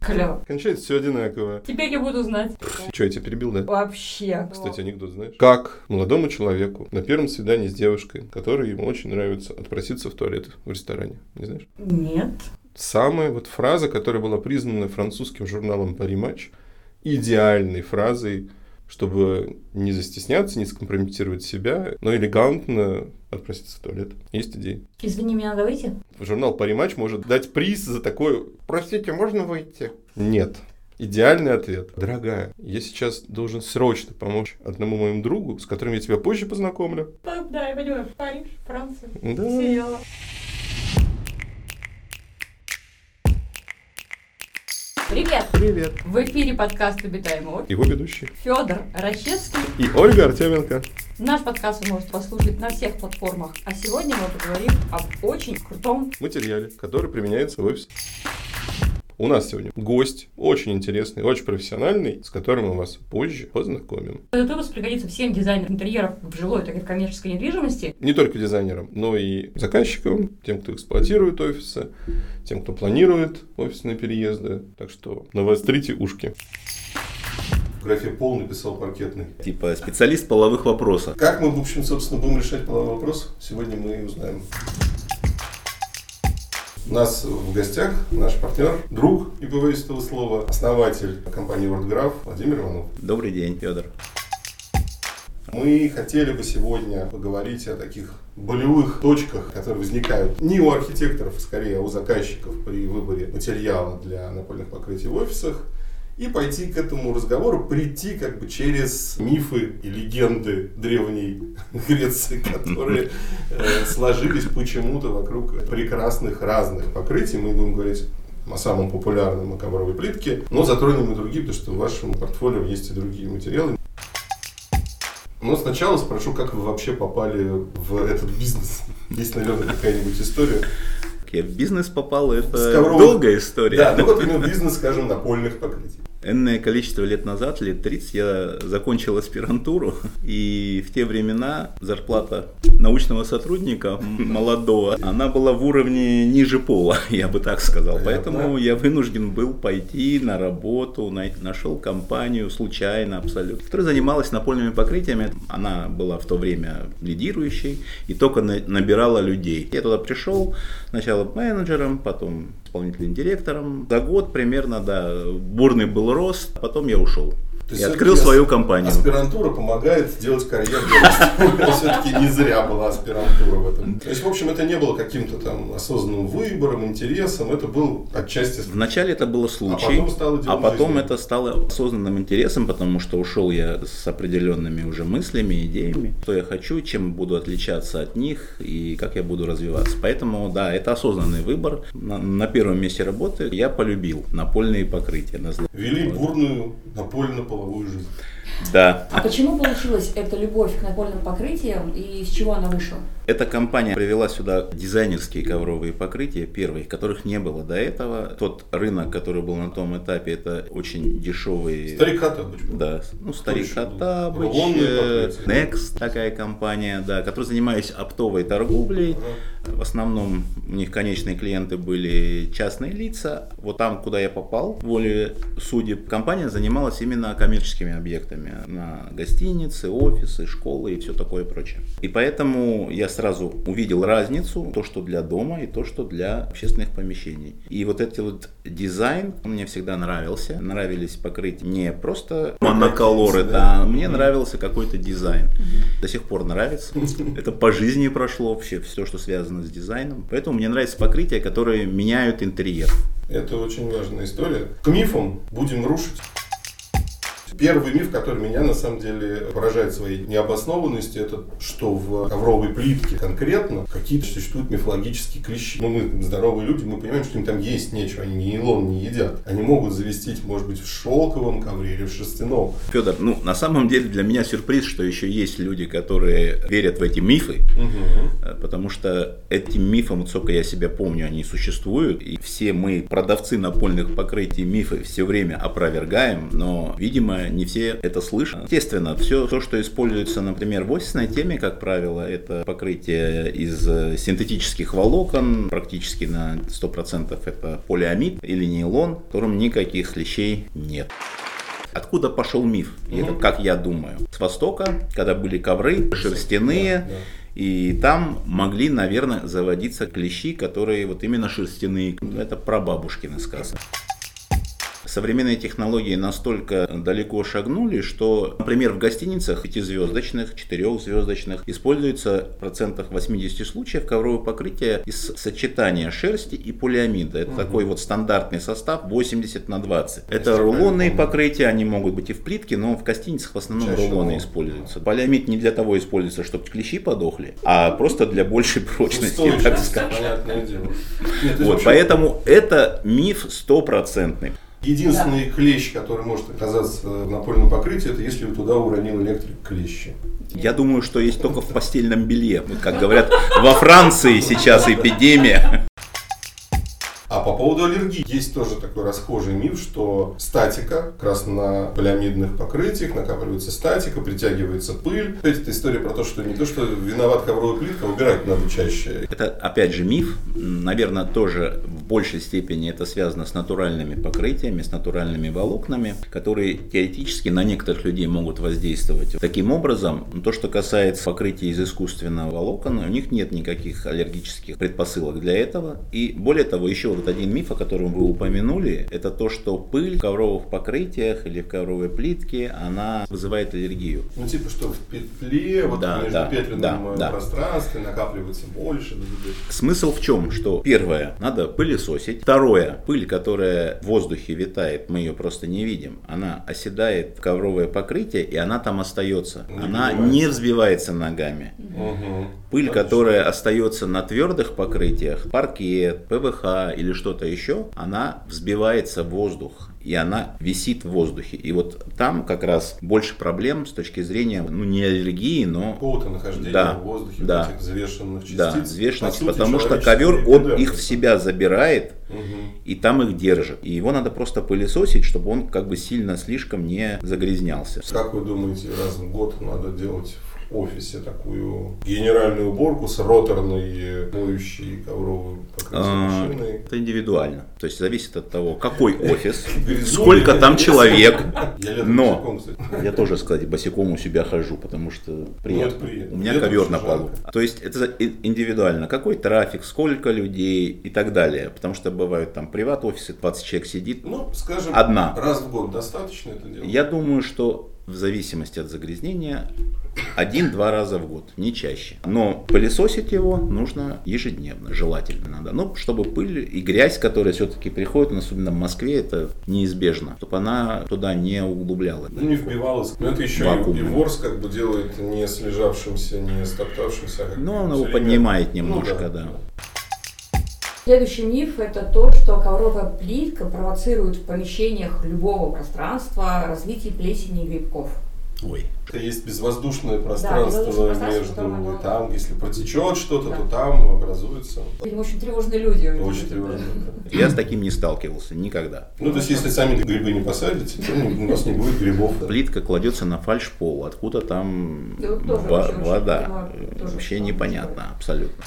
Клево. Кончается все одинаково. Теперь я буду знать. Че, я тебя перебил, да? Вообще. Кстати, анекдот знаешь? Как молодому человеку на первом свидании с девушкой, которой ему очень нравится, отпроситься в туалет в ресторане? Не знаешь? Нет. Самая вот фраза, которая была признана французским журналом Paris Match идеальной фразой, чтобы не застесняться, не скомпрометировать себя, но элегантно отпроситься в туалет. Есть идеи? Извини, мне надо выйти? Журнал Paris Match может дать приз за такое «Простите, можно выйти?» Нет. Идеальный ответ. Дорогая, я сейчас должен срочно помочь одному моему другу, с которым я тебя позже познакомлю. Да, я понимаю. Париж, Франция. Да. Сериала. Привет! Привет. В эфире подкаст «Обитаемый офис». Его ведущий. Федор Рощевский. И Ольга Артеменко. Наш подкаст вы можете послушать на всех платформах. А сегодня мы поговорим об очень крутом Материале, который применяется в офисе. У нас сегодня гость, очень интересный, очень профессиональный, с которым мы вас позже познакомим. Этот выпуск пригодится всем дизайнерам интерьеров в жилой, так и в коммерческой недвижимости. Не только дизайнерам, но и заказчикам, тем, кто эксплуатирует офисы, тем, кто планирует офисные переезды. Так что навострите ушки. Фотография пол написал паркетный. Типа специалист половых вопросов. Как мы, в общем, собственно, будем решать половой вопрос, сегодня мы и узнаем. У нас в гостях наш партнер, друг, не побоюсь этого слова, основатель компании WordGraph Владимир Иванов. Добрый день, Федор. Мы хотели бы сегодня поговорить о таких болевых точках, которые возникают не у архитекторов, скорее, а у заказчиков при выборе материала для напольных покрытий в офисах. И пойти к этому разговору, прийти как бы через мифы и легенды древней Греции, которые сложились почему-то вокруг прекрасных разных покрытий. Мы будем говорить о самом популярном, о ковровой плитке, но затронем и другие, потому что в вашем портфолио есть и другие материалы. Но сначала спрошу, как вы вообще попали в этот бизнес? Есть, наверное, какая-нибудь история? Я в бизнес попал, это долгая история. Да, ну вот именно бизнес, скажем, напольных покрытий. Энное количество лет назад, лет 30, я закончил аспирантуру, и в те времена зарплата научного сотрудника молодого, она была в уровне ниже пола, я бы так сказал. Поэтому я вынужден был пойти на работу, нашел компанию случайно абсолютно, которая занималась напольными покрытиями. Она была в то время лидирующей и только набирала людей. Я туда пришел сначала менеджером, потом исполнительным директором. За год примерно, да, бурный был рост, потом я ушел. И открыл свою компанию. Аспирантура помогает сделать карьеру. Все-таки не зря была аспирантура в этом. То есть, в общем, это не было каким-то там осознанным выбором, интересом. Это был отчасти... Вначале это было случай, а потом это стало осознанным интересом, потому что ушел я с определенными уже мыслями, идеями, что я хочу, чем буду отличаться от них и как я буду развиваться. Поэтому, да, это осознанный выбор. На первом месте работы я полюбил напольные покрытия. Вели бурную напольно-половую жизнь. Да. А почему получилась эта любовь к напольным покрытиям и с чего она вышла? Эта компания привела сюда дизайнерские ковровые покрытия, первые, которых не было до этого. Тот рынок, который был на том этапе, это очень дешевые... Старик Хоттабыч. Да, ну Старик Хоттабыч, Next такая компания, да, которая занимается оптовой торговлей. В основном у них конечные клиенты были частные лица. Вот там, куда я попал, воле судеб, компания занималась именно коммерческими объектами. На гостиницы, офисы, школы и все такое прочее. И поэтому я сразу увидел разницу, то, что для дома и то, что для общественных помещений. И вот этот вот дизайн мне всегда нравился. Нравились покрытия не просто моноколоры, да, мне нравился какой-то дизайн. До сих пор нравится. Это по жизни прошло вообще, все, что связано с дизайном. Поэтому мне нравятся покрытия, которые меняют интерьер. Это очень важная история. К мифам будем рушить. Первый миф, который меня на самом деле поражает своей необоснованностью, это что в ковровой плитке конкретно какие-то существуют мифологические клещи. Ну, мы здоровые люди, мы понимаем, что им там есть нечего, они нейлон не едят. Они могут завестись, может быть, в шелковом ковре или в шерстяном. Федор, ну, на самом деле для меня сюрприз, что еще есть люди, которые верят в эти мифы, потому что этим мифам, сколько я себя помню, они существуют, и все мы, продавцы напольных покрытий, мифы все время опровергаем, но, видимо, не все это слышат. Естественно, все то, что используется, например, в офисной теме, как правило, это покрытие из синтетических волокон, практически на 100% это полиамид или нейлон, в котором никаких клещей нет. Откуда пошел миф? Это как я думаю. С Востока, когда были ковры шерстяные, и там могли, наверное, заводиться клещи, которые вот именно шерстяные. Это прабабушкины сказки. Современные технологии настолько далеко шагнули, что, например, в гостиницах 5-звездочных, 4-звездочных используется в процентах 80 случаев ковровое покрытие из сочетания шерсти и полиамида. Это такой вот стандартный состав 80/20. Это рулонные покрытия, они могут быть и в плитке, но в гостиницах в основном рулоны используются. Полиамид не для того используется, чтобы клещи подохли, а просто для большей прочности, так сказать. Понятное дело. Вот, поэтому это миф 100%. Единственный клещ, который может оказаться в напольном покрытии, это если туда уронил электрик клещи. Я думаю, что есть только в постельном белье. Вот, как говорят, во Франции сейчас эпидемия. А по поводу аллергии, есть тоже такой расхожий миф, что статика, как раз на полиамидных покрытиях накапливается статика, притягивается пыль. Это история про то, что не то, что виноват ковровая плитка, убирать надо чаще. Это опять же миф. Наверное, тоже в большей степени это связано с натуральными покрытиями, с натуральными волокнами, которые теоретически на некоторых людей могут воздействовать. Таким образом, то, что касается покрытия из искусственного волокон, у них нет никаких аллергических предпосылок для этого. И более того, еще вот один миф, о котором вы упомянули, это то, что пыль в ковровых покрытиях или в ковровой плитке, она вызывает аллергию. Ну, типа, что в петле, вот между петлянном пространстве накапливается больше. Смысл в чем? Что первое, надо пылесосить. Второе, пыль, которая в воздухе витает, мы ее просто не видим. Она оседает в ковровое покрытие, и она там остается. Она не взбивается ногами. Пыль, которая остается на твердых покрытиях, паркет, ПВХ или что-то еще, она взбивается в воздух. И она висит в воздухе. И вот там как раз больше проблем с точки зрения, не аллергии, но... Какого-то нахождения в воздухе этих взвешенных частиц. Да, взвешенных, потому что ковер, он их в себя забирает, и там их держит. И его надо просто пылесосить, чтобы он как бы сильно слишком не загрязнялся. Как вы думаете, раз в год надо делать в офисе такую генеральную уборку с роторной моющей ковровой машиной? Это индивидуально. То есть зависит от того, какой офис, сколько там человек. Но я тоже, кстати, босиком у себя хожу, потому что приятно. У меня ковер на полу. То есть это индивидуально. Какой трафик, сколько людей и так далее. Потому что бывают там приват-офисы, 20 человек сидит. Ну, скажем, одна. Раз в год достаточно это делать? Я думаю, что в зависимости от загрязнения 1-2 раза в год, не чаще. Но пылесосить его нужно ежедневно, желательно надо. Ну, чтобы пыль и грязь, которая все-таки приходит, особенно в Москве, это неизбежно, чтобы она туда не углублялась. Ну, не вбивалась. Но это еще и ворс как бы делает не слежавшимся, не стоптавшимся. Ну, он его поднимает немножко, да. Следующий миф – это то, что ковровая плитка провоцирует в помещениях любого пространства развитие плесени и грибков. Ой. Это есть безвоздушное пространство между, и там, если протечет что-то, то там образуется. Видимо, очень тревожные люди. Очень тревожные. Я с таким не сталкивался никогда. Ну, то есть, если сами грибы не посадите, то у нас не будет грибов. Плитка кладется на фальшпол, откуда там вода. Вообще непонятно абсолютно.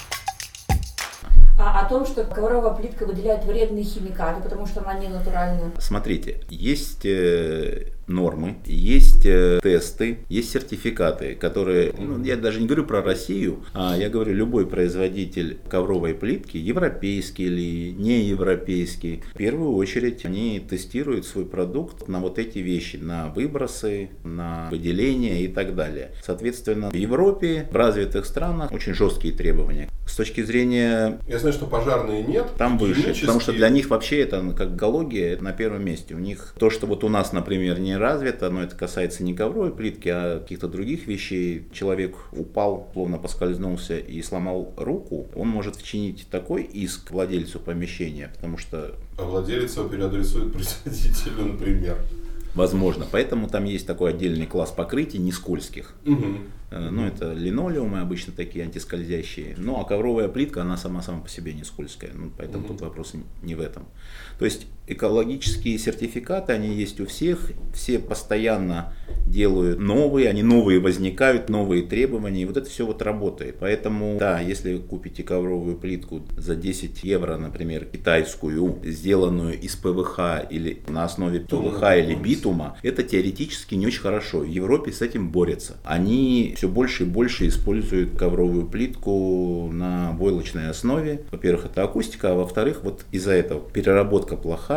О том, что ковровая плитка выделяет вредные химикаты, потому что она не натуральная. Смотрите, есть нормы, есть тесты, есть сертификаты, которые, я даже не говорю про Россию, а я говорю любой производитель ковровой плитки, европейский или неевропейский, в первую очередь они тестируют свой продукт на вот эти вещи, на выбросы, на выделения и так далее. Соответственно, в Европе, в развитых странах очень жесткие требования. С точки зрения... Я знаю, что пожарные нет. Там выше, потому что для них вообще это как экология на первом месте. У них то, что вот у нас, например, не развито, но это касается не ковровой плитки, а каких-то других вещей. Человек упал, плавно поскользнулся и сломал руку, он может вчинить такой иск владельцу помещения, потому что... А владелец его переадресует производителю, например. Возможно. Поэтому там есть такой отдельный класс покрытий не скользких. Ну, это линолеумы обычно такие антискользящие. Ну, а ковровая плитка, она сама по себе не скользкая. Ну, поэтому тут вопрос не в этом. То есть экологические сертификаты, они есть у всех, все постоянно делают новые, они новые возникают, новые требования, и вот это все вот работает. Поэтому, да, если купите ковровую плитку за 10 евро, например, китайскую, сделанную из ПВХ или на основе ПВХ или битума, это теоретически не очень хорошо. В Европе с этим борются. Они все больше и больше используют ковровую плитку на войлочной основе. Во-первых, это акустика, а во-вторых, вот из-за этого переработка плохая,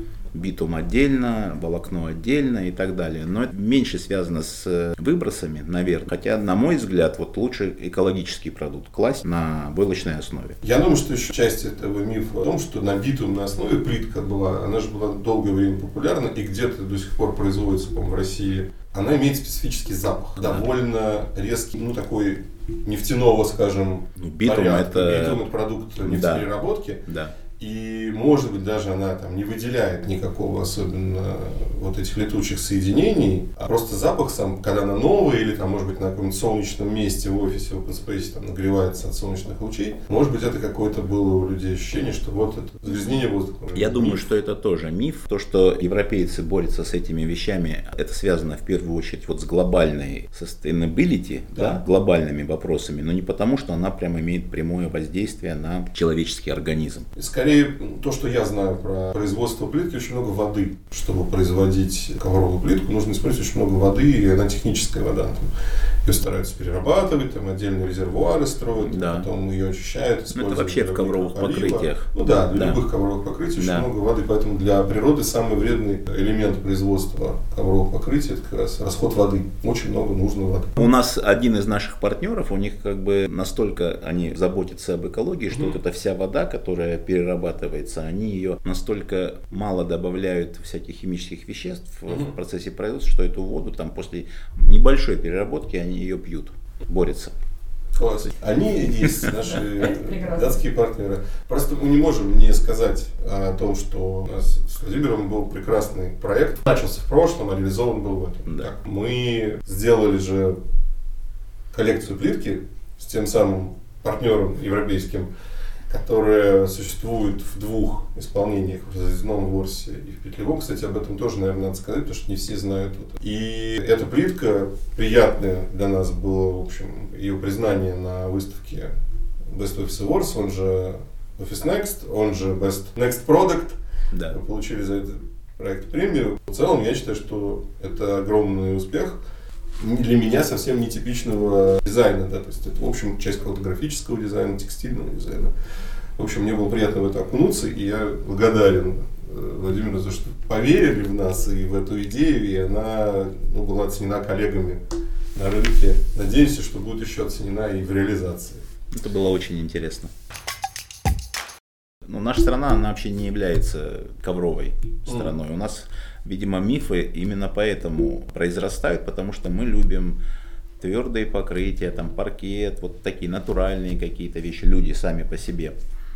битум отдельно, волокно отдельно и так далее. Но это меньше связано с выбросами, наверное. Хотя, на мой взгляд, вот лучше экологический продукт класть на войлочной основе. Я думаю, что еще часть этого мифа в том, что на битумной основе плитка была, она же была долгое время популярна и где-то до сих пор производится, по-моему, в России. Она имеет специфический запах, довольно резкий, такой нефтяного, скажем, битум порядка. Это... Битум это продукт нефтепереработки. Да. И, может быть, даже она там не выделяет никакого особенно вот этих летучих соединений, а просто запах сам, когда она новая или там, может быть, на каком-нибудь солнечном месте в офисе, в open space там нагревается от солнечных лучей, может быть, это какое-то было у людей ощущение, что вот это загрязнение воздуха. Я думаю, что это тоже миф. То, что европейцы борются с этими вещами, это связано в первую очередь вот с глобальной sustainability, да, глобальными вопросами, но не потому, что она прямо имеет прямое воздействие на человеческий организм. Скорее, то, что я знаю про производство плитки, очень много воды. Чтобы производить ковровую плитку, нужно использовать очень много воды, и она техническая вода. Ее стараются перерабатывать, там отдельные резервуары строят, потом ее очищают, используют. Это вообще в ковровых покрытиях. Для любых ковровых покрытий очень много воды, поэтому для природы самый вредный элемент производства ковровых покрытий — это как раз расход воды. Очень много нужно воды. У нас один из наших партнеров, у них как бы настолько они заботятся об экологии, что вот эта вся вода, которая перерабатывается, они ее настолько мало добавляют всяких химических веществ в процессе производства, что эту воду там после небольшой переработки они ее пьют, борются. Класс. Они есть, наши датские партнеры. Просто мы не можем не сказать о том, что у нас с Владимиром был прекрасный проект. Начался в прошлом, а реализован был в этом. Да. Мы сделали же коллекцию плитки с тем самым партнером европейским, которая существует в двух исполнениях, в разрезном ворсе и в петлевом. Кстати, об этом тоже, наверное, надо сказать, потому что не все знают это. И эта плитка приятная для нас было, в общем, ее признание на выставке Best Office Awards, он же Office Next, он же Best Next Product. Да. Мы получили за этот проект премию. В целом, я считаю, что это огромный успех. Для меня совсем нетипичного дизайна, да, то есть это, в общем, часть какого-то графического дизайна, текстильного дизайна. В общем, мне было приятно в это окунуться, и я благодарен Владимиру за то, что поверили в нас и в эту идею, и она была оценена коллегами на рынке. Надеюсь, что будет еще оценена и в реализации. Это было очень интересно. Наша страна, она вообще не является ковровой страной. У нас, видимо, мифы именно поэтому произрастают, потому что мы любим твердые покрытия, там паркет, вот такие натуральные какие-то вещи, люди сами по себе.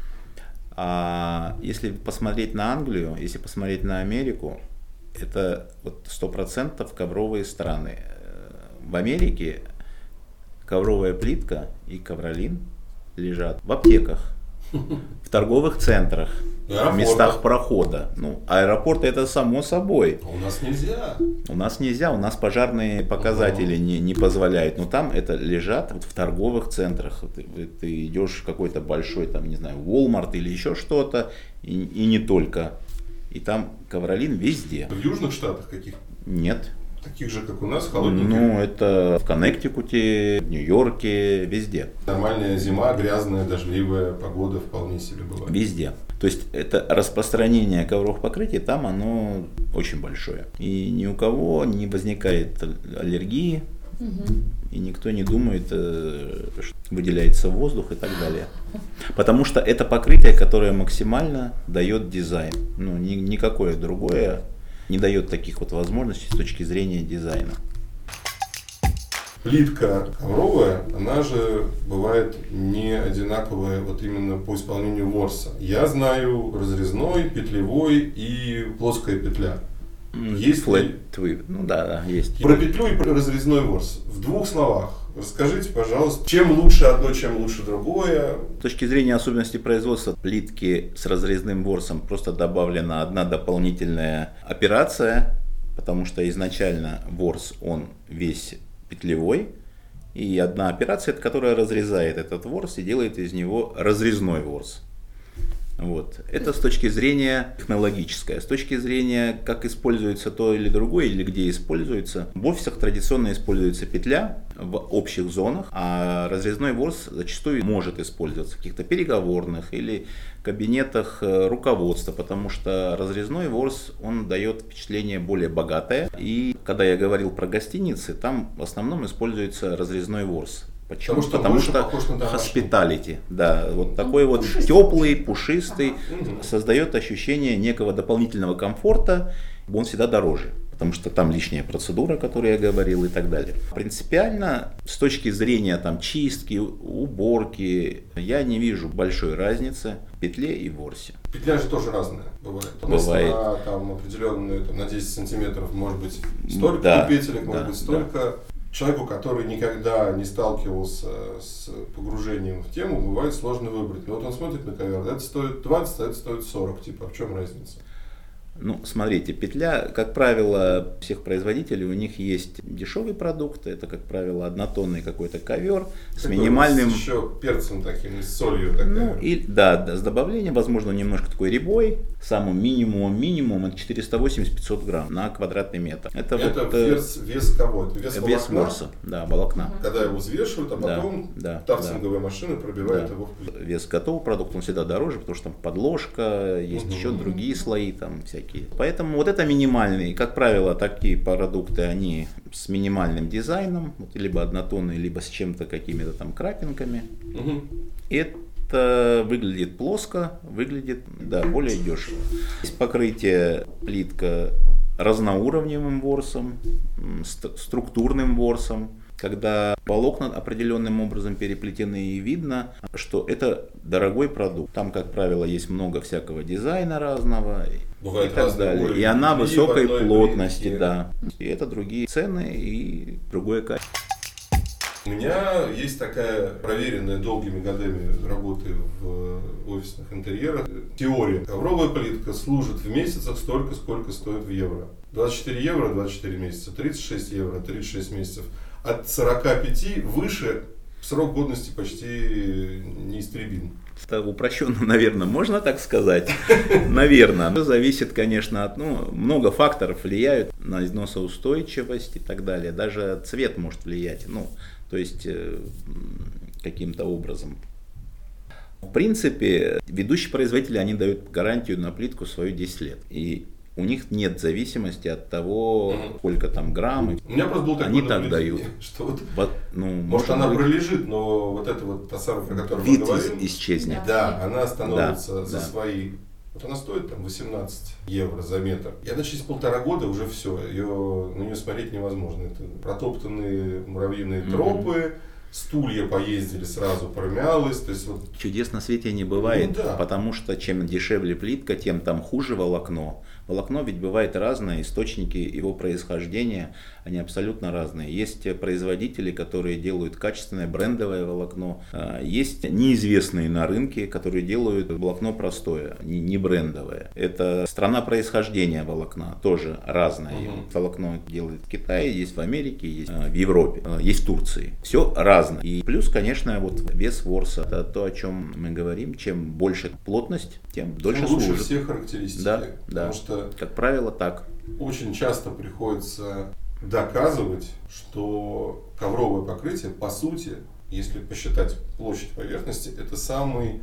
А если посмотреть на Англию, если посмотреть на Америку, это вот 100% ковровые страны. В Америке ковровая плитка и ковролин лежат в аптеках, в торговых центрах, в местах прохода. Аэропорт это само собой. А у нас нельзя. У нас пожарные показатели не позволяют. Но там это лежат вот в торговых центрах. Ты идешь в какой-то большой, там, не знаю, Walmart или еще что-то, и не только. И там ковролин везде. В южных штатах каких? Нет. Таких же, как у нас, холодненьких? Это в Коннектикуте, в Нью-Йорке, везде. Нормальная зима, грязная, дождливая погода вполне себе бывает. Везде. То есть это распространение ковровых покрытий, там оно очень большое. И ни у кого не возникает аллергии, и никто не думает, что выделяется воздух и так далее. Потому что это покрытие, которое максимально дает дизайн. Никакое другое не дает таких вот возможностей с точки зрения дизайна. Плитка ковровая, она же бывает не одинаковая вот именно по исполнению ворса. Я знаю разрезной, петлевой и плоская петля. Есть Flat Twig. Ну да, есть. Про петлю и про разрезной ворс. В 2 словах расскажите, пожалуйста, чем лучше одно, чем лучше другое. С точки зрения особенностей производства плитки с разрезным ворсом просто добавлена одна дополнительная операция, потому что изначально ворс, он весь петлевой, и одна операция, которая разрезает этот ворс и делает из него разрезной ворс. Вот. Это с точки зрения технологической. С точки зрения, как используется то или другое, или где используется. В офисах традиционно используется петля в общих зонах, а разрезной ворс зачастую может использоваться в каких-то переговорных или кабинетах руководства, потому что разрезной ворс, он дает впечатление более богатое. И когда я говорил про гостиницы, там в основном используется разрезной ворс. Почему? Потому что hospitality, да, вот такой вот теплый, пушистый, создает ощущение некого дополнительного комфорта, он всегда дороже, потому что там лишняя процедура, о которой я говорил, и так далее. Принципиально, с точки зрения там чистки, уборки, я не вижу большой разницы в петле и ворсе. Петля же тоже разная бывает. Бывает. Она там определенную, там, на 10 сантиметров может быть столько петелек, может быть столько. Да. Человеку, который никогда не сталкивался с погружением в тему, бывает сложно выбрать. Но вот он смотрит на ковер, это стоит 20, а это стоит 40. Типа, в чем разница? Ну, смотрите, петля, как правило, всех производителей, у них есть дешевый продукт, это, как правило, однотонный какой-то ковер с минимальным... С еще перцем таким, и с солью. Такая. Ну, и, да, с добавлением, возможно, немножко такой рябой, самым минимум это 480-500 грамм на квадратный метр. Это вот, вес кого? Это вес ворса, да, волокна. Когда его взвешивают, а потом тафтинговая машина пробивает его в плитку. Вес готового продукта, он всегда дороже, потому что там подложка, есть еще другие слои, там всякие. Поэтому вот это минимальные, как правило, такие продукты, они с минимальным дизайном, либо однотонные, либо с чем-то, какими-то там крапинками. Это выглядит плоско, выглядит, да, более дешево. Есть покрытие плитка разноуровневым ворсом, структурным ворсом. Когда волокна определенным образом переплетены, и видно, что это дорогой продукт. Там, как правило, есть много всякого дизайна разного. Бывает и так далее. И она высокой плотности, да. И это другие цены и другое качество. У меня есть такая проверенная долгими годами работы в офисных интерьерах теория. Ковровая плитка служит в месяцах столько, сколько стоит в евро. 24 евро, 24 месяца, 36 евро, 36 месяцев. От 45 выше срок годности почти неистребим. Это упрощенно, наверное, можно так сказать. Наверное. Это зависит, конечно, от много факторов влияют на износоустойчивость и так далее. Даже цвет может влиять, то есть каким-то образом. В принципе, ведущие производители, они дают гарантию на плитку свою 10 лет. И у них нет зависимости от того, сколько там грамм. У меня просто был такой они так дают. Что может она пролежит, но вот эта вот та самая, про которую мы говорим, исчезнет. Да, она становится за свои. Вот она стоит там 18 евро за метр. Я через 1,5 года уже все, на нее смотреть невозможно. Это протоптанные муравьиные тропы. Стулья поездили, сразу промялось. То есть вот... Чудес на свете не бывает, потому что чем дешевле плитка, тем там хуже волокно. Волокно ведь бывает разное, источники его происхождения, они абсолютно разные. Есть производители, которые делают качественное брендовое волокно, есть неизвестные на рынке, которые делают волокно простое, не брендовое. Это страна происхождения волокна, тоже разное. Волокно делают в Китае, есть в Америке, есть в Европе, есть в Турции. Все разное. И плюс, конечно, вот вес ворса, это то, о чем мы говорим. Чем больше плотность, тем дольше служит. Лучше все характеристики. Да, потому что как правило, так. Очень часто приходится доказывать, что ковровое покрытие, по сути, если посчитать площадь поверхности, это самый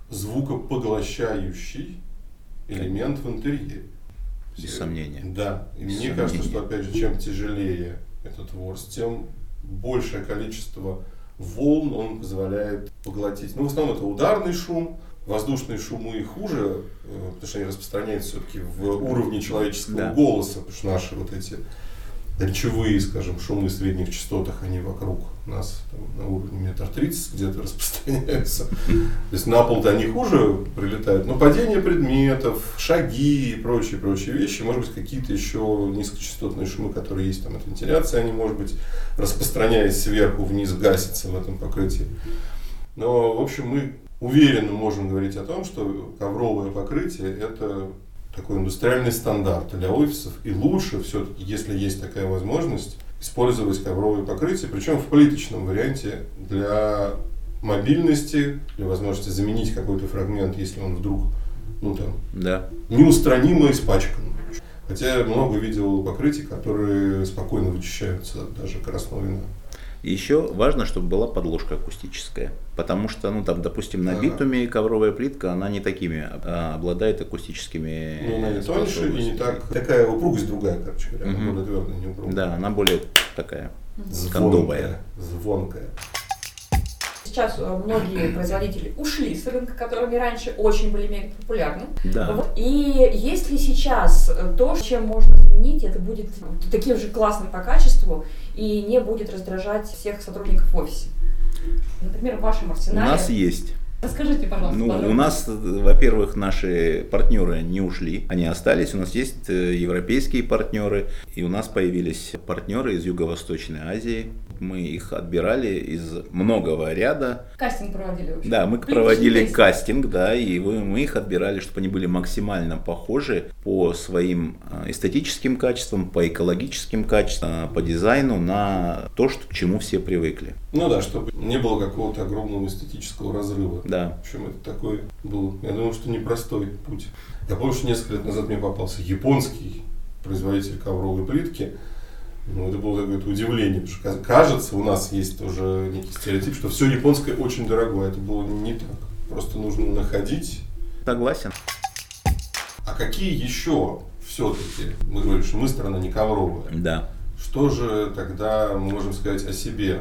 звукопоглощающий элемент в интерьере. Без сомнения. Да. И мне кажется, что, опять же, чем тяжелее этот ворс, тем большее количество волн он позволяет поглотить. В основном это ударный шум. Воздушные шумы хуже, потому что они распространяются все-таки в уровне человеческого голоса, потому что наши вот эти речевые, скажем, шумы в средних частотах, они вокруг нас там, на уровне 1,30 м где-то распространяются. То есть на пол-то они хуже прилетают, но падение предметов, шаги и прочие вещи, может быть, какие-то еще низкочастотные шумы, которые есть там от вентиляции, они, может быть, распространяясь сверху вниз, гасятся в этом покрытии. Но, в общем, мы уверенно можем говорить о том, что ковровое покрытие – это такой индустриальный стандарт для офисов, и лучше все-таки, если есть такая возможность, использовать ковровое покрытие, причем в плиточном варианте для мобильности, для возможности заменить какой-то фрагмент, если он вдруг неустранимо испачкан. Хотя я много видел покрытий, которые спокойно вычищаются даже красного вина. Еще важно, чтобы была подложка акустическая, потому что, допустим, на битуме ковровая плитка, она не такими, обладает акустическими она не тоньше и не такая упругость другая, короче говоря, она более твердая, не упругая. Да, она более такая кондовая. Звонкая. Сейчас многие производители ушли с рынка, которыми раньше очень были мега популярны. Да. И есть ли сейчас то, чем можно заменить, это будет таким же классным по качеству и не будет раздражать всех сотрудников в офисе? Например, в вашем арсенале. У нас есть. Расскажите, пожалуйста, подробнее. У нас, во-первых, наши партнеры не ушли, они остались. У нас есть европейские партнеры, и у нас появились партнеры из Юго-Восточной Азии. Мы их отбирали из многого ряда. Кастинг проводили вообще? Да, мы проводили кастинг, да, и мы их отбирали, чтобы они были максимально похожи по своим эстетическим качествам, по экологическим качествам, по дизайну на то, к чему все привыкли. Ну да, чтобы не было какого-то огромного эстетического разрыва. Да. В общем, это такой был, я думаю, что непростой путь. Я помню, что несколько лет назад мне попался японский производитель ковровой плитки. Это было какое-то удивление, потому что, кажется, у нас есть уже некий стереотип, что все японское очень дорогое. Это было не так. Просто нужно находить. Согласен. А какие еще все-таки, мы говорим, что мы страна не ковровая. Да. Что же тогда мы можем сказать о себе?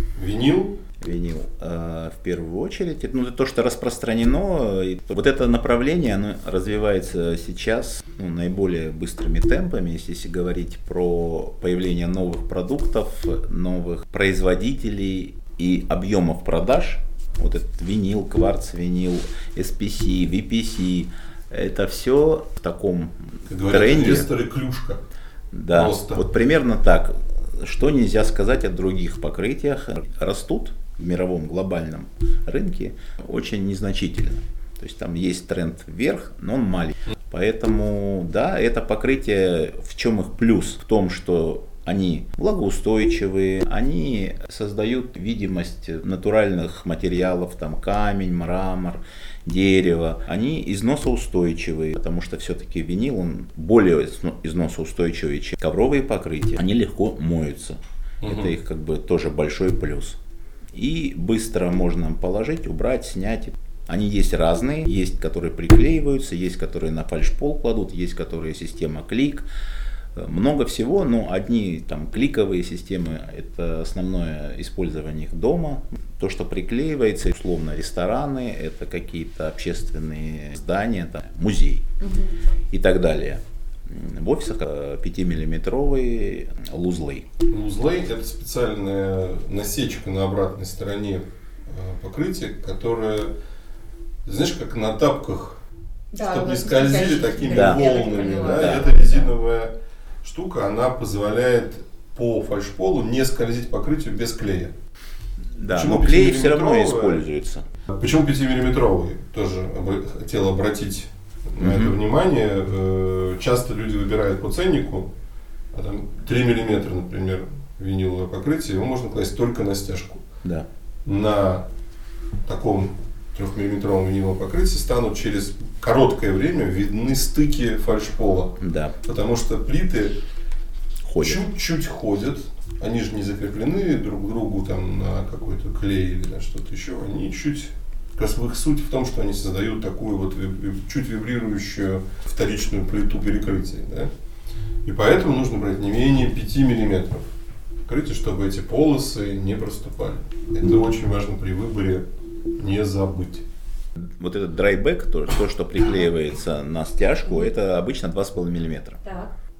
Винил? Винил. В первую очередь, это то, что распространено. Вот это направление, оно развивается сейчас наиболее быстрыми темпами, если говорить про появление новых продуктов, новых производителей и объемов продаж. Вот этот винил, кварц-винил, SPC, VPC, это все в таком как говорят, тренде. инвесторы клюшка. Да, просто. Вот примерно так. Что нельзя сказать о других покрытиях? Растут в мировом глобальном рынке очень незначительно. То есть там есть тренд вверх, но он маленький. Поэтому, да, это покрытие, в чем их плюс? В том, что они влагоустойчивые, они создают видимость натуральных материалов, там камень, мрамор, дерево. Они износоустойчивые, потому что все-таки винил, он более износоустойчивый, чем ковровые покрытия. Они легко моются. Это их тоже большой плюс. И быстро можно положить, убрать, снять. Они есть разные, есть которые приклеиваются, есть которые на фальшпол кладут, есть которые система клик. Много всего, но одни кликовые системы — это основное использование их дома. То, что приклеивается, условно рестораны, это какие-то общественные здания, музей и так далее. В офисах 5-миллиметровые лузлы. Лузлы — это специальная насечка на обратной стороне покрытия, которая, знаешь, как на тапках, чтобы не скользили такими волнами. Это резиновая штука, она позволяет по фальшполу не скользить покрытию без клея. Да, но клей все равно используется. Почему 5-миллиметровый? Тоже хотел обратить на это внимание. Часто люди выбирают по ценнику, 3 миллиметра, например, виниловое покрытие, его можно класть только на стяжку. Да. На таком 3-миллиметровом виниловом покрытии станут через короткое время видны стыки фальшпола. Да. Потому что плиты ходят. Чуть-чуть ходят. Они же не закреплены друг к другу на какой-то клей или на что-то еще. Они чуть... Их суть в том, что они создают такую чуть вибрирующую вторичную плиту перекрытия. Да? И поэтому нужно брать не менее 5 миллиметров покрытия, чтобы эти полосы не проступали. Это очень важно при выборе не забыть. Вот этот драйбэк, то, что приклеивается на стяжку, это обычно 2,5 мм. Так.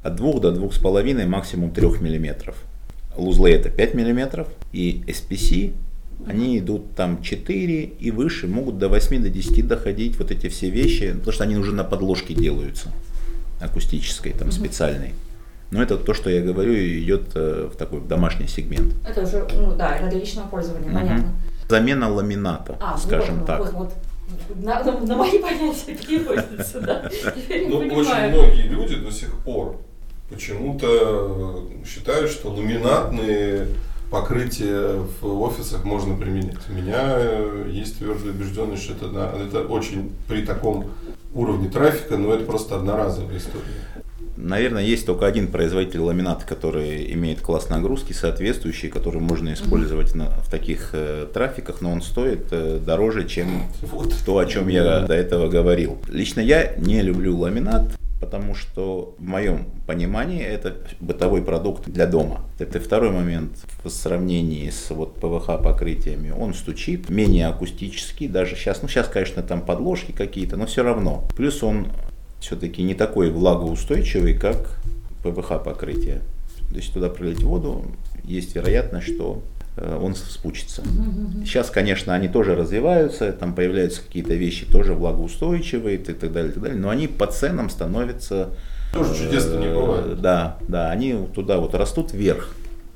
от 2 до 2,5, максимум 3 мм. Лузлы это 5 мм, и SPC, они идут там 4 и выше, могут до 8, до 10 доходить, вот эти все вещи, потому что они уже на подложке делаются, акустической, там специальной. Но это то, что я говорю, идет в такой домашний сегмент. Это уже, это для личного пользования, понятно. Замена ламината, скажем так. Вот. На мои понятия переводится, да. Очень многие люди до сих пор почему-то считают, что ламинатные покрытия в офисах можно применять. У меня есть твердая убежденность, что это очень при таком уровне трафика, но это просто одноразовая история. Наверное, есть только один производитель ламината, который имеет класс нагрузки соответствующий, который можно использовать в таких трафиках, но он стоит дороже, чем то, о чем я до этого говорил. Лично я не люблю ламинат, потому что в моем понимании это бытовой продукт для дома. Это второй момент в сравнении с ПВХ покрытиями. Он стучит, менее акустический, даже сейчас, сейчас, конечно, там подложки какие-то, но все равно. Плюс он все-таки не такой влагоустойчивый, как ПВХ покрытие. То есть туда пролить воду, есть вероятность, что он вспучится. Сейчас, конечно, они тоже развиваются, там появляются какие-то вещи тоже влагоустойчивые и так далее, но они по ценам становятся... Тоже чудесно не бывает. Да, они туда растут вверх.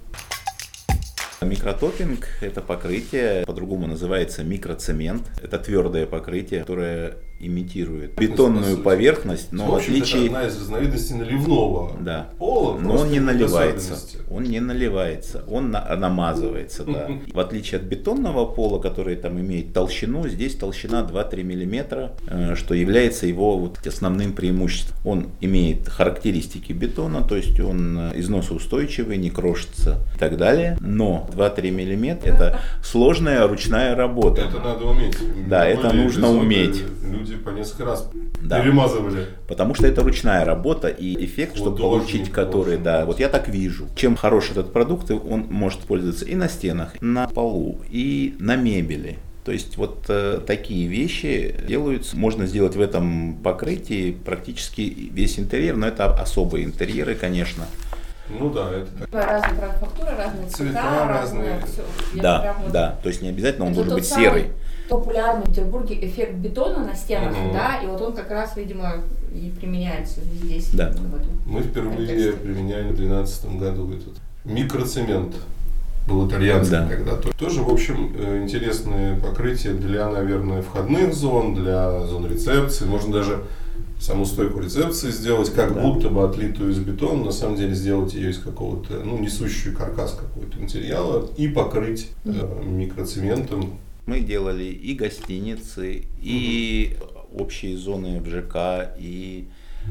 Микротоппинг – это покрытие, по-другому называется микроцемент. Это твердое покрытие, которое имитирует бетонную поверхность, но в отличие... Это одна из разновидностей наливного пола. Но он не наливается. Он не наливается, он намазывается. Да. В отличие от бетонного пола, который там имеет толщину, здесь толщина 2-3 мм, что является его основным преимуществом. Он имеет характеристики бетона, то есть он износоустойчивый, не крошится и так далее. Но 2-3 мм это сложная ручная работа. Это надо уметь. Да, это нужно уметь. Люди по несколько раз перемазывали. Потому что это ручная работа и эффект, чтобы получить который, я так вижу. Чем хорош этот продукт, он может использоваться и на стенах, и на полу, и на мебели. То есть такие вещи делаются, можно сделать в этом покрытии практически весь интерьер, но это особые интерьеры, конечно. Это так. Разные фактуры, разные цвета, разные. Да, то есть не обязательно он должен быть серый. Популярный в Петербурге эффект бетона на стенах, и он как раз, видимо, и применяется здесь. Да. Мы впервые применяли в 2012 году этот микроцемент. Был итальянский когда-то. Тоже, в общем, интересное покрытие для, наверное, входных зон, для зон рецепции. Можно даже саму стойку рецепции сделать, как будто бы отлитую из бетона, на самом деле сделать ее из какого-то, несущую каркас какого-то материала и покрыть микроцементом. Мы делали и гостиницы, и общие зоны в ЖК, и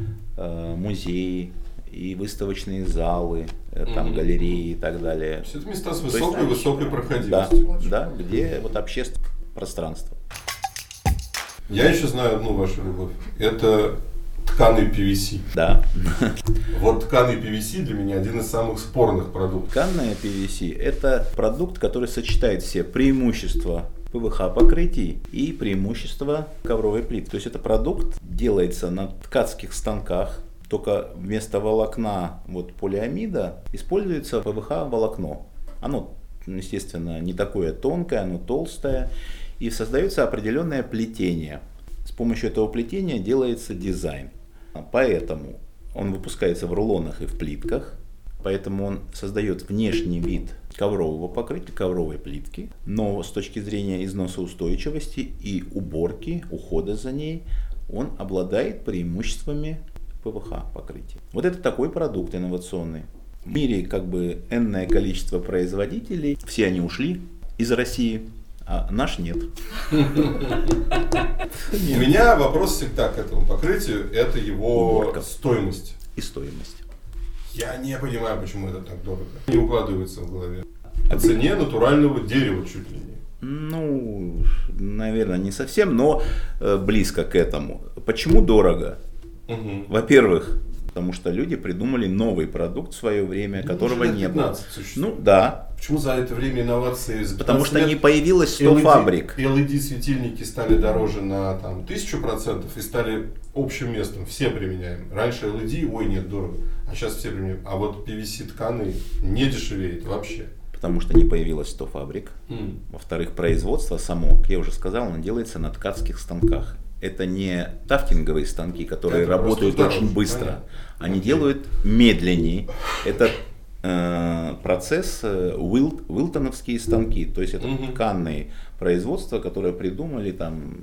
музеи, и выставочные залы, там галереи и так далее. Все это места с высокой проходимостью. Да, где общественное пространство. Я еще знаю одну вашу любовь. Это тканый PVC. Да. Тканый PVC для меня один из самых спорных продуктов. Тканая PVC – это продукт, который сочетает все преимущества ПВХ покрытий и преимущества ковровой плитки. То есть это продукт делается на ткацких станках, только вместо волокна полиамида используется ПВХ волокно. Оно, естественно, не такое тонкое, оно толстое. И создается определенное плетение. С помощью этого плетения делается дизайн. Поэтому он выпускается в рулонах и в плитках. Поэтому он создает внешний вид коврового покрытия, ковровой плитки. Но с точки зрения износоустойчивости и уборки, ухода за ней, он обладает преимуществами ПВХ покрытия. Это такой продукт инновационный. В мире энное количество производителей. Все они ушли из России. А наш нет. У меня вопрос всегда к этому покрытию, это его стоимость. И стоимость. Я не понимаю, почему это так дорого. Не укладывается в голове. По цене натурального дерева чуть ли не. Наверное, не совсем, но близко к этому. Почему дорого? Во-первых, Потому что люди придумали новый продукт в свое время, которого не было. Существует. Ну да. Почему за это время инновации? Потому что не появилось 100 фабрик. LED-светильники стали дороже на 1000% и стали общим местом. Все применяем. Раньше LED, ой, нет, дорого. А сейчас все применяем. А вот PVC-тканы не дешевеет вообще. Потому что не появилось 100 фабрик. Во-вторых, производство само, как я уже сказал, оно делается на ткацких станках. Это не тафтинговые станки, которые работают очень быстро. Понятно. Они делают медленнее. Это процесс уилтоновские станки. То есть это тканные производства, которые придумали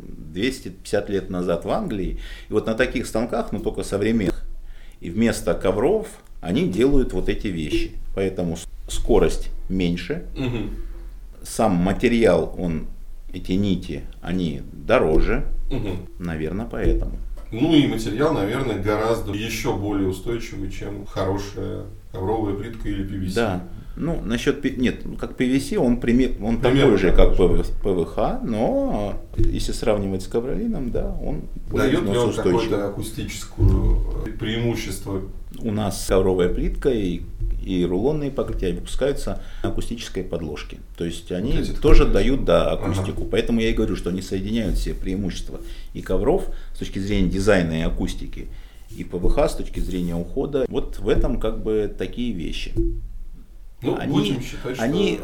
250 лет назад в Англии. И вот на таких станках, но только современных, и вместо ковров они делают вот эти вещи. Поэтому скорость меньше. Сам материал, эти нити, они дороже. Наверное, поэтому. Ну и материал, наверное, гораздо еще более устойчивый, чем хорошая ковровая плитка или PVC. Да. Ну, насчет, нет, как PVC, он такой же, как ПВХ, но если сравнивать с ковролином, да, он дает ли он какое-то акустическое преимущество? У нас ковровая плитка и рулонные покрытия выпускаются на акустической подложке. То есть они тоже дают акустику. Поэтому я и говорю, что они соединяют все преимущества и ковров с точки зрения дизайна и акустики, и ПВХ с точки зрения ухода. Вот в этом такие вещи. Ну, будем считать, что они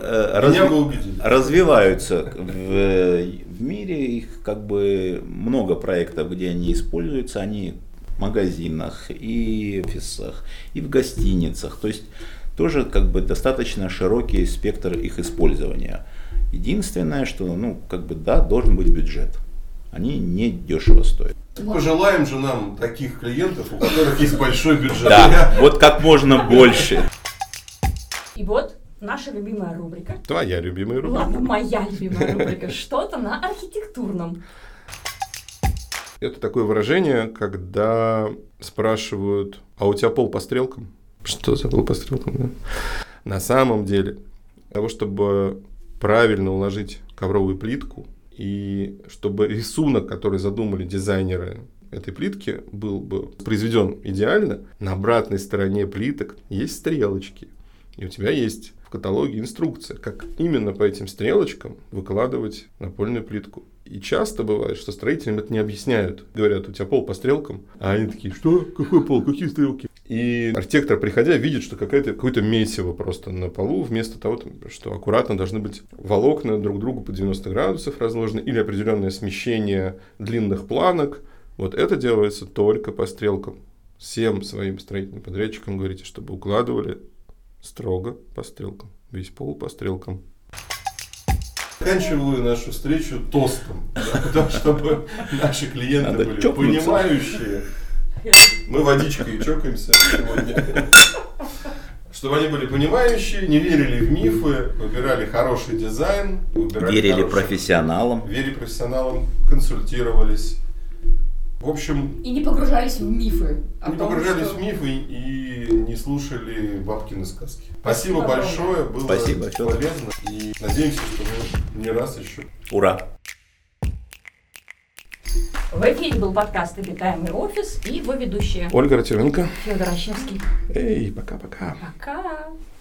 развиваются в мире, их много проектов, где они используются, они в магазинах и в офисах, и в гостиницах. То есть тоже достаточно широкий спектр их использования. Единственное, что должен быть бюджет. Они не дешево стоят. Пожелаем же нам таких клиентов, у которых есть большой бюджет. Да, вот как можно больше. И вот наша любимая рубрика. Твоя любимая рубрика. Ладно, моя любимая рубрика. Что-то на архитектурном. Это такое выражение, когда спрашивают, а у тебя пол по стрелкам? Что за пол по стрелкам? Да? На самом деле, для того, чтобы правильно уложить ковровую плитку, и чтобы рисунок, который задумали дизайнеры этой плитки, был бы произведен идеально, на обратной стороне плиток есть стрелочки. И у тебя есть в каталоге инструкция, как именно по этим стрелочкам выкладывать напольную плитку. И часто бывает, что строителям это не объясняют. Говорят, у тебя пол по стрелкам. А они такие, что? Какой пол? Какие стрелки? И архитектор, приходя, видит, что какое-то месиво просто на полу, вместо того, что аккуратно должны быть волокна друг другу по 90 градусов разложены, или определенное смещение длинных планок. Вот это делается только по стрелкам. Всем своим строительным подрядчикам говорите, чтобы укладывали строго по стрелкам. Весь пол по стрелкам. Заканчиваю нашу встречу тостом, чтобы наши клиенты были понимающие. Мы водичкой чокаемся сегодня. Чтобы они были понимающие, не верили в мифы, выбирали хороший дизайн, верили профессионалам, консультировались. В общем... И не погружались в мифы. В мифы и не слушали бабкины сказки. Спасибо большое, было полезно. И надеемся, что мы не раз еще. Ура! В эфире был подкаст «Обитаемый офис» и его ведущие Ольга Ратименко, Федор Ощевский. Эй, пока-пока. Пока.